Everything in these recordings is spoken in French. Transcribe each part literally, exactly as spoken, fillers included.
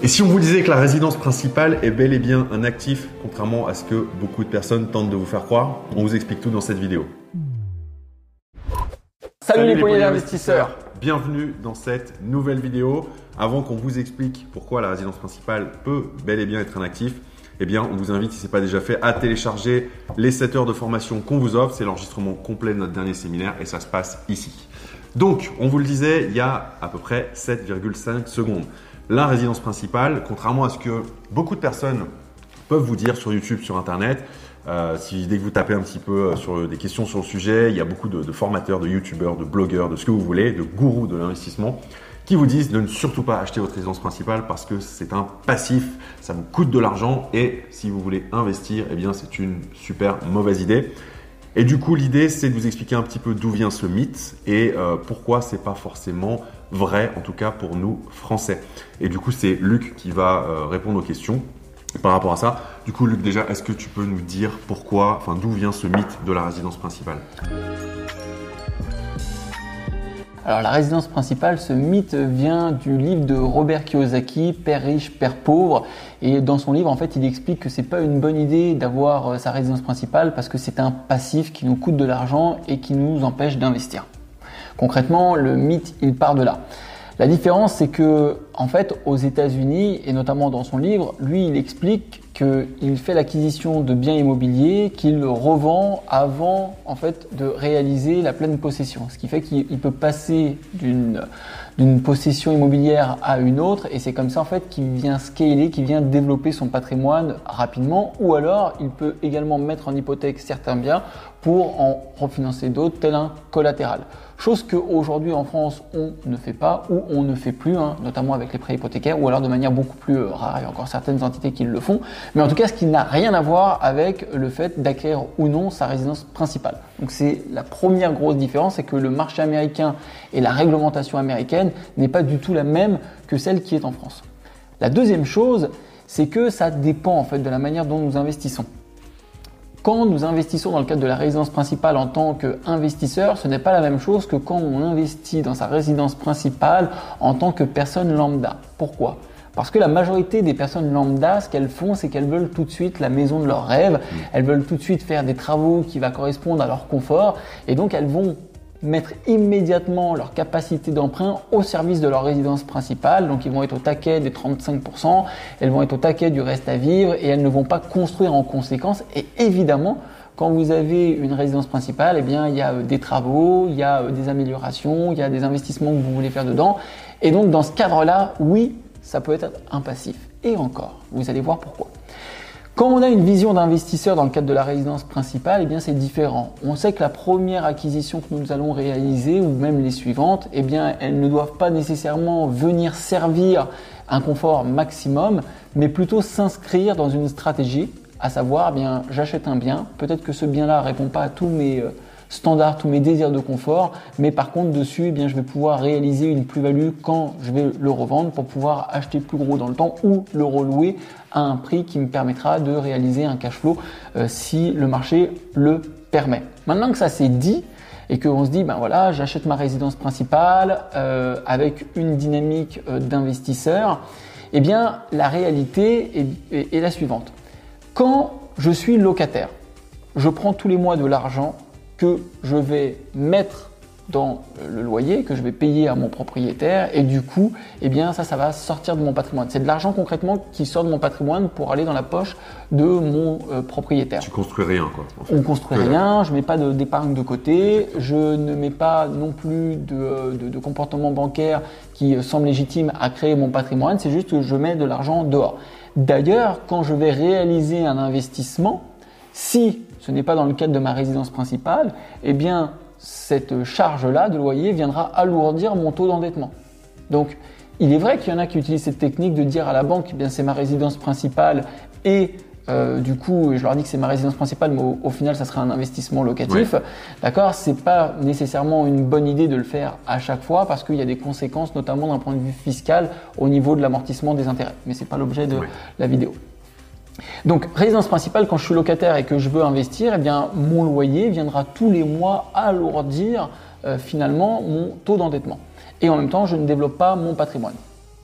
Et si on vous disait que la résidence principale est bel et bien un actif, contrairement à ce que beaucoup de personnes tentent de vous faire croire, on vous explique tout dans cette vidéo. Salut, Salut les poignées d'investisseurs. Bienvenue dans cette nouvelle vidéo. Avant qu'on vous explique pourquoi la résidence principale peut bel et bien être un actif, eh bien, on vous invite, si ce n'est pas déjà fait, à télécharger les sept heures de formation qu'on vous offre. C'est l'enregistrement complet de notre dernier séminaire et ça se passe ici. Donc, on vous le disait, il y a à peu près sept virgule cinq secondes. La résidence principale, contrairement à ce que beaucoup de personnes peuvent vous dire sur YouTube, sur Internet, euh, si dès que vous tapez un petit peu sur des questions sur le sujet, il y a beaucoup de, de formateurs, de YouTubeurs, de blogueurs, de ce que vous voulez, de gourous de l'investissement qui vous disent de ne surtout pas acheter votre résidence principale parce que c'est un passif, ça vous coûte de l'argent et si vous voulez investir, eh bien c'est une super mauvaise idée. Et du coup, l'idée, c'est de vous expliquer un petit peu d'où vient ce mythe et euh, pourquoi c'est pas forcément vrai, en tout cas pour nous Français. Et du coup, c'est Luc qui va euh, répondre aux questions par rapport à ça. Du coup, Luc, déjà, est-ce que tu peux nous dire pourquoi, enfin, d'où vient ce mythe de la résidence principale ? Alors la résidence principale, ce mythe vient du livre de Robert Kiyosaki, Père riche, Père pauvre. Et dans son livre, en fait, il explique que c'est pas une bonne idée d'avoir sa résidence principale parce que c'est un passif qui nous coûte de l'argent et qui nous empêche d'investir. Concrètement, le mythe, il part de là. La différence, c'est que, en fait, aux États-Unis et notamment dans son livre, lui, il explique qu'il fait l'acquisition de biens immobiliers qu'il revend avant, en fait, de réaliser la pleine possession. Ce qui fait qu'il peut passer d'une d'une possession immobilière à une autre et c'est comme ça, en fait, qu'il vient scaler, qu'il vient développer son patrimoine rapidement. Ou alors, il peut également mettre en hypothèque certains biens pour en refinancer d'autres, tel un collatéral. Chose qu'aujourd'hui en France, on ne fait pas ou on ne fait plus, hein, notamment avec les prêts hypothécaires ou alors de manière beaucoup plus rare. Il y a encore certaines entités qui le font. Mais en tout cas, ce qui n'a rien à voir avec le fait d'acquérir ou non sa résidence principale. Donc c'est la première grosse différence, c'est que le marché américain et la réglementation américaine n'est pas du tout la même que celle qui est en France. La deuxième chose, c'est que ça dépend en fait de la manière dont nous investissons. Quand nous investissons dans le cadre de la résidence principale en tant qu'investisseur, ce n'est pas la même chose que quand on investit dans sa résidence principale en tant que personne lambda. Pourquoi ? Parce que la majorité des personnes lambda, ce qu'elles font, c'est qu'elles veulent tout de suite la maison de leurs rêves, elles veulent tout de suite faire des travaux qui vont correspondre à leur confort et donc elles vont mettre immédiatement leur capacité d'emprunt au service de leur résidence principale. Donc ils vont être au taquet des trente-cinq pour cent, elles vont être au taquet du reste à vivre et elles ne vont pas construire en conséquence. Et évidemment, quand vous avez une résidence principale, eh bien, il y a des travaux, il y a des améliorations, il y a des investissements que vous voulez faire dedans. Et donc dans ce cadre-là, oui, ça peut être un passif. Et encore, vous allez voir pourquoi. Quand on a une vision d'investisseur dans le cadre de la résidence principale, eh bien c'est différent. On sait que la première acquisition que nous allons réaliser, ou même les suivantes, eh bien elles ne doivent pas nécessairement venir servir un confort maximum, mais plutôt s'inscrire dans une stratégie, à savoir, eh bien j'achète un bien, peut-être que ce bien-là ne répond pas à tous mes standards, tous mes désirs de confort, mais par contre dessus, eh bien, je vais pouvoir réaliser une plus-value quand je vais le revendre pour pouvoir acheter plus gros dans le temps ou le relouer à un prix qui me permettra de réaliser un cash flow euh, si le marché le permet. Maintenant que ça c'est dit et qu'on se dit, ben voilà, j'achète ma résidence principale euh, avec une dynamique euh, d'investisseur, eh bien la réalité est, est, est la suivante. Quand je suis locataire, je prends tous les mois de l'argent que je vais mettre dans le loyer, que je vais payer à mon propriétaire et du coup, eh bien ça, ça va sortir de mon patrimoine. C'est de l'argent concrètement qui sort de mon patrimoine pour aller dans la poche de mon euh, propriétaire. Tu construis rien quoi. En fait. On construit rien, je mets pas de, d'épargne de côté, je ne mets pas non plus de, de, de comportement bancaire qui semble légitime à créer mon patrimoine, c'est juste que je mets de l'argent dehors. D'ailleurs, quand je vais réaliser un investissement, si ce n'est pas dans le cadre de ma résidence principale, eh bien, cette charge-là de loyer viendra alourdir mon taux d'endettement. Donc, il est vrai qu'il y en a qui utilisent cette technique de dire à la banque, eh bien, c'est ma résidence principale et euh, du coup, je leur dis que c'est ma résidence principale, mais au, au final, ça sera un investissement locatif. Oui. D'accord, c'est pas nécessairement une bonne idée de le faire à chaque fois parce qu'il y a des conséquences, notamment d'un point de vue fiscal, au niveau de l'amortissement des intérêts. Mais c'est pas l'objet de oui. la vidéo. Donc, résidence principale, quand je suis locataire et que je veux investir, eh bien, mon loyer viendra tous les mois alourdir euh, finalement mon taux d'endettement. Et en même temps, je ne développe pas mon patrimoine.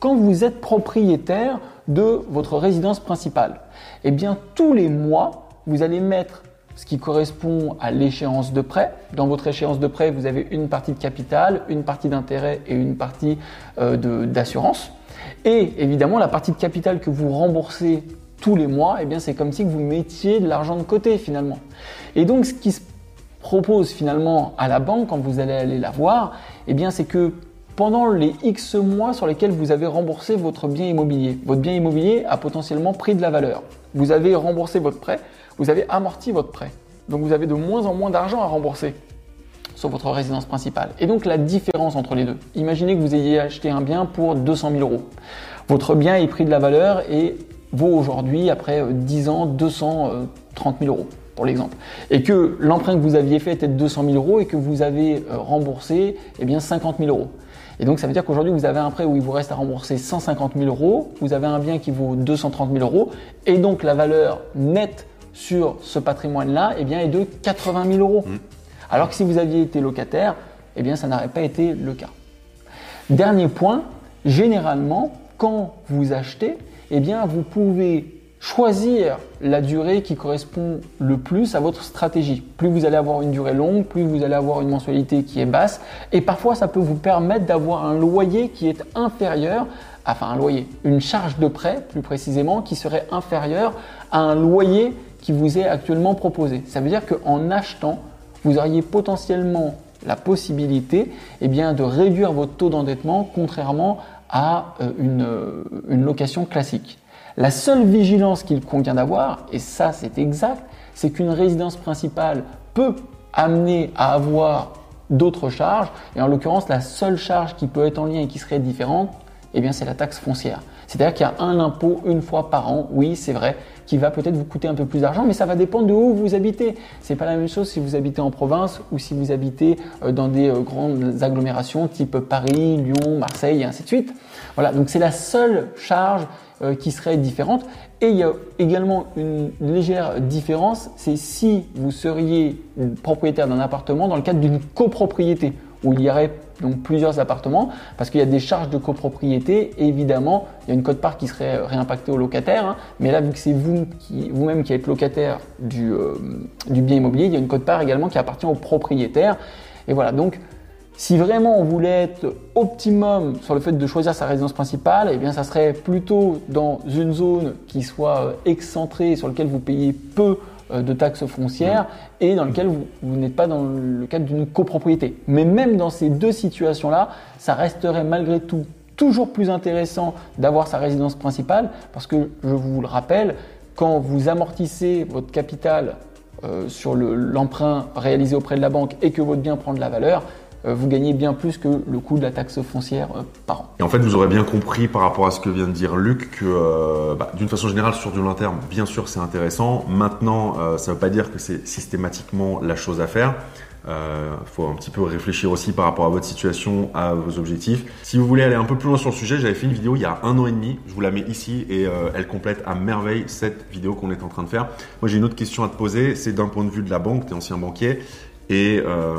quand vous êtes propriétaire de votre résidence principale, eh bien tous les mois, vous allez mettre ce qui correspond à l'échéance de prêt. Dans votre échéance de prêt, vous avez une partie de capital, une partie d'intérêt et une partie euh, de, d'assurance. Et évidemment, la partie de capital que vous remboursez tous les mois, eh bien, c'est comme si vous mettiez de l'argent de côté finalement. Et donc, ce qui se propose finalement à la banque quand vous allez aller la voir, eh bien, c'est que pendant les X mois sur lesquels vous avez remboursé votre bien immobilier, votre bien immobilier a potentiellement pris de la valeur. Vous avez remboursé votre prêt, vous avez amorti votre prêt. Donc, vous avez de moins en moins d'argent à rembourser sur votre résidence principale. Et donc, la différence entre les deux. Imaginez que vous ayez acheté un bien pour deux cent mille euros. Votre bien est pris de la valeur et vaut aujourd'hui, après dix ans, deux cent trente mille euros, pour l'exemple. Et que l'emprunt que vous aviez fait était de deux cent mille euros et que vous avez remboursé eh bien, cinquante mille euros. Et donc, ça veut dire qu'aujourd'hui, vous avez un prêt où il vous reste à rembourser cent cinquante mille euros, vous avez un bien qui vaut deux cent trente mille euros, et donc la valeur nette sur ce patrimoine-là eh bien, est de quatre-vingt mille euros. Mmh. Alors que si vous aviez été locataire, eh bien, ça n'aurait pas été le cas. Dernier point, généralement, quand vous achetez, eh bien, vous pouvez choisir la durée qui correspond le plus à votre stratégie. Plus vous allez avoir une durée longue, plus vous allez avoir une mensualité qui est basse. Et parfois, ça peut vous permettre d'avoir un loyer qui est inférieur, enfin un loyer, une charge de prêt plus précisément, qui serait inférieure à un loyer qui vous est actuellement proposé. Ça veut dire qu'en achetant, vous auriez potentiellement la possibilité eh bien, de réduire votre taux d'endettement contrairement à une, une location classique. La seule vigilance qu'il convient d'avoir, et ça c'est exact, c'est qu'une résidence principale peut amener à avoir d'autres charges, et en l'occurrence la seule charge qui peut être en lien et qui serait différente, eh bien c'est la taxe foncière. C'est-à-dire qu'il y a un impôt une fois par an, oui c'est vrai, qui va peut-être vous coûter un peu plus d'argent, mais ça va dépendre de où vous habitez. C'est pas la même chose si vous habitez en province ou si vous habitez dans des grandes agglomérations type Paris, Lyon, Marseille et ainsi de suite. Voilà, donc c'est la seule charge qui serait différente. Et il y a également une légère différence, c'est si vous seriez propriétaire d'un appartement dans le cadre d'une copropriété, où il y aurait donc plusieurs appartements, parce qu'il y a des charges de copropriété, et évidemment, il y a une quote-part qui serait réimpactée au locataire, hein, mais là, vu que c'est vous qui, vous-même qui êtes locataire du, euh, du bien immobilier, il y a une quote-part également qui appartient au propriétaire. Et voilà, donc si vraiment on voulait être optimum sur le fait de choisir sa résidence principale, eh bien ça serait plutôt dans une zone qui soit excentrée, sur laquelle vous payez peu de taxes foncières et dans lequel vous, vous n'êtes pas dans le cadre d'une copropriété. Mais même dans ces deux situations-là, ça resterait malgré tout toujours plus intéressant d'avoir sa résidence principale parce que, je vous le rappelle, quand vous amortissez votre capital euh, sur le, l'emprunt réalisé auprès de la banque et que votre bien prend de la valeur, vous gagnez bien plus que le coût de la taxe foncière euh, par an. Et en fait, vous aurez bien compris par rapport à ce que vient de dire Luc que euh, bah, d'une façon générale, sur du long terme, bien sûr, c'est intéressant. Maintenant, euh, ça ne veut pas dire que c'est systématiquement la chose à faire. Il euh, faut un petit peu réfléchir aussi par rapport à votre situation, à vos objectifs. Si vous voulez aller un peu plus loin sur le sujet, j'avais fait une vidéo il y a un an et demi. Je vous la mets ici et euh, elle complète à merveille cette vidéo qu'on est en train de faire. Moi, j'ai une autre question à te poser. C'est d'un point de vue de la banque, tu es ancien banquier. Et euh,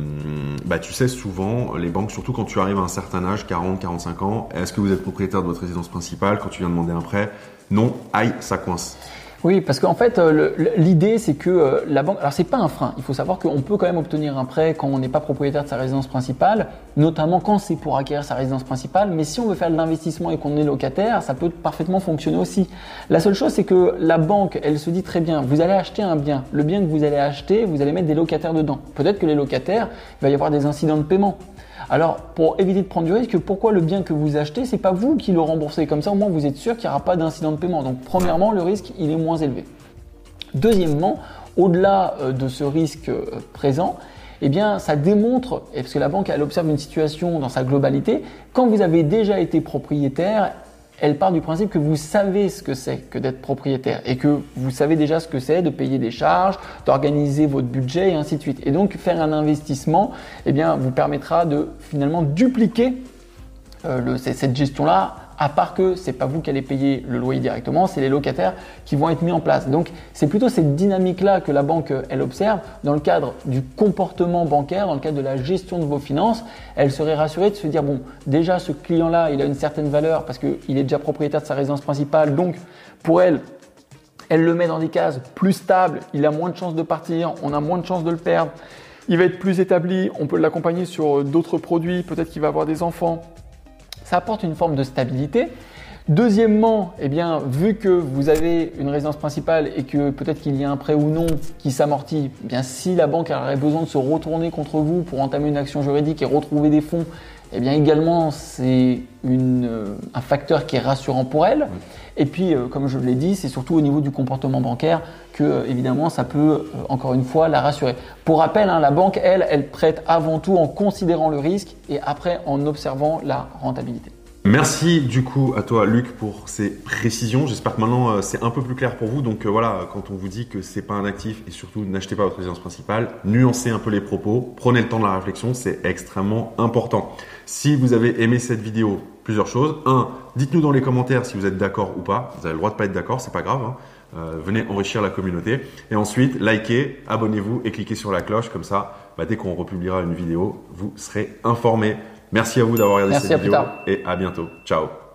bah, tu sais, souvent, les banques, surtout quand tu arrives à un certain âge, quarante, quarante-cinq ans, est-ce que vous êtes propriétaire de votre résidence principale quand tu viens demander un prêt? Non, aïe, ça coince. Oui, parce qu'en fait, le, l'idée, c'est que euh, la banque… Alors, c'est pas un frein. Il faut savoir qu'on peut quand même obtenir un prêt quand on n'est pas propriétaire de sa résidence principale, notamment quand c'est pour acquérir sa résidence principale. Mais si on veut faire de l'investissement et qu'on est locataire, ça peut parfaitement fonctionner aussi. La seule chose, c'est que la banque, elle se dit très bien, vous allez acheter un bien. Le bien que vous allez acheter, vous allez mettre des locataires dedans. Peut-être que les locataires, il va y avoir des incidents de paiement. Alors, pour éviter de prendre du risque, pourquoi le bien que vous achetez, c'est pas vous qui le remboursez? Comme ça, au moins, vous êtes sûr qu'il n'y aura pas d'incident de paiement. Donc, premièrement, le risque, il est moins élevé. Deuxièmement, au-delà de ce risque présent, eh bien, ça démontre, parce que la banque, elle observe une situation dans sa globalité, quand vous avez déjà été propriétaire, elle part du principe que vous savez ce que c'est que d'être propriétaire et que vous savez déjà ce que c'est de payer des charges, d'organiser votre budget et ainsi de suite. Et donc, faire un investissement, eh bien, vous permettra de finalement dupliquer euh, le, cette gestion-là à part que c'est pas vous qui allez payer le loyer directement, c'est les locataires qui vont être mis en place. Donc c'est plutôt cette dynamique-là que la banque elle observe dans le cadre du comportement bancaire, dans le cadre de la gestion de vos finances. Elle serait rassurée de se dire bon, déjà ce client-là, il a une certaine valeur parce qu'il est déjà propriétaire de sa résidence principale, donc pour elle, elle le met dans des cases plus stables, il a moins de chances de partir, on a moins de chances de le perdre. Il va être plus établi, on peut l'accompagner sur d'autres produits, peut-être qu'il va avoir des enfants. Ça apporte une forme de stabilité. Deuxièmement, eh bien, vu que vous avez une résidence principale et que peut-être qu'il y a un prêt ou non qui s'amortit, eh bien, si la banque aurait besoin de se retourner contre vous pour entamer une action juridique et retrouver des fonds, eh bien également c'est une, euh, un facteur qui est rassurant pour elle. Et puis, euh, comme je l'ai dit, c'est surtout au niveau du comportement bancaire que, euh, évidemment, ça peut, euh, encore une fois, la rassurer. Pour rappel, hein, la banque, elle, elle prête avant tout en considérant le risque et après en observant la rentabilité. Merci du coup à toi Luc pour ces précisions. J'espère que maintenant euh, c'est un peu plus clair pour vous. Donc euh, voilà, quand on vous dit que c'est pas un actif et surtout n'achetez pas votre résidence principale, nuancez un peu les propos, prenez le temps de la réflexion, c'est extrêmement important. Si vous avez aimé cette vidéo, plusieurs choses. Un, dites-nous dans les commentaires si vous êtes d'accord ou pas. Vous avez le droit de pas être d'accord, c'est pas grave. Hein. Euh, venez enrichir la communauté. Et ensuite, likez, abonnez-vous et cliquez sur la cloche. Comme ça, bah, dès qu'on republiera une vidéo, vous serez informés. Merci à vous d'avoir regardé Merci, cette vidéo à plus tard. et à bientôt. Ciao.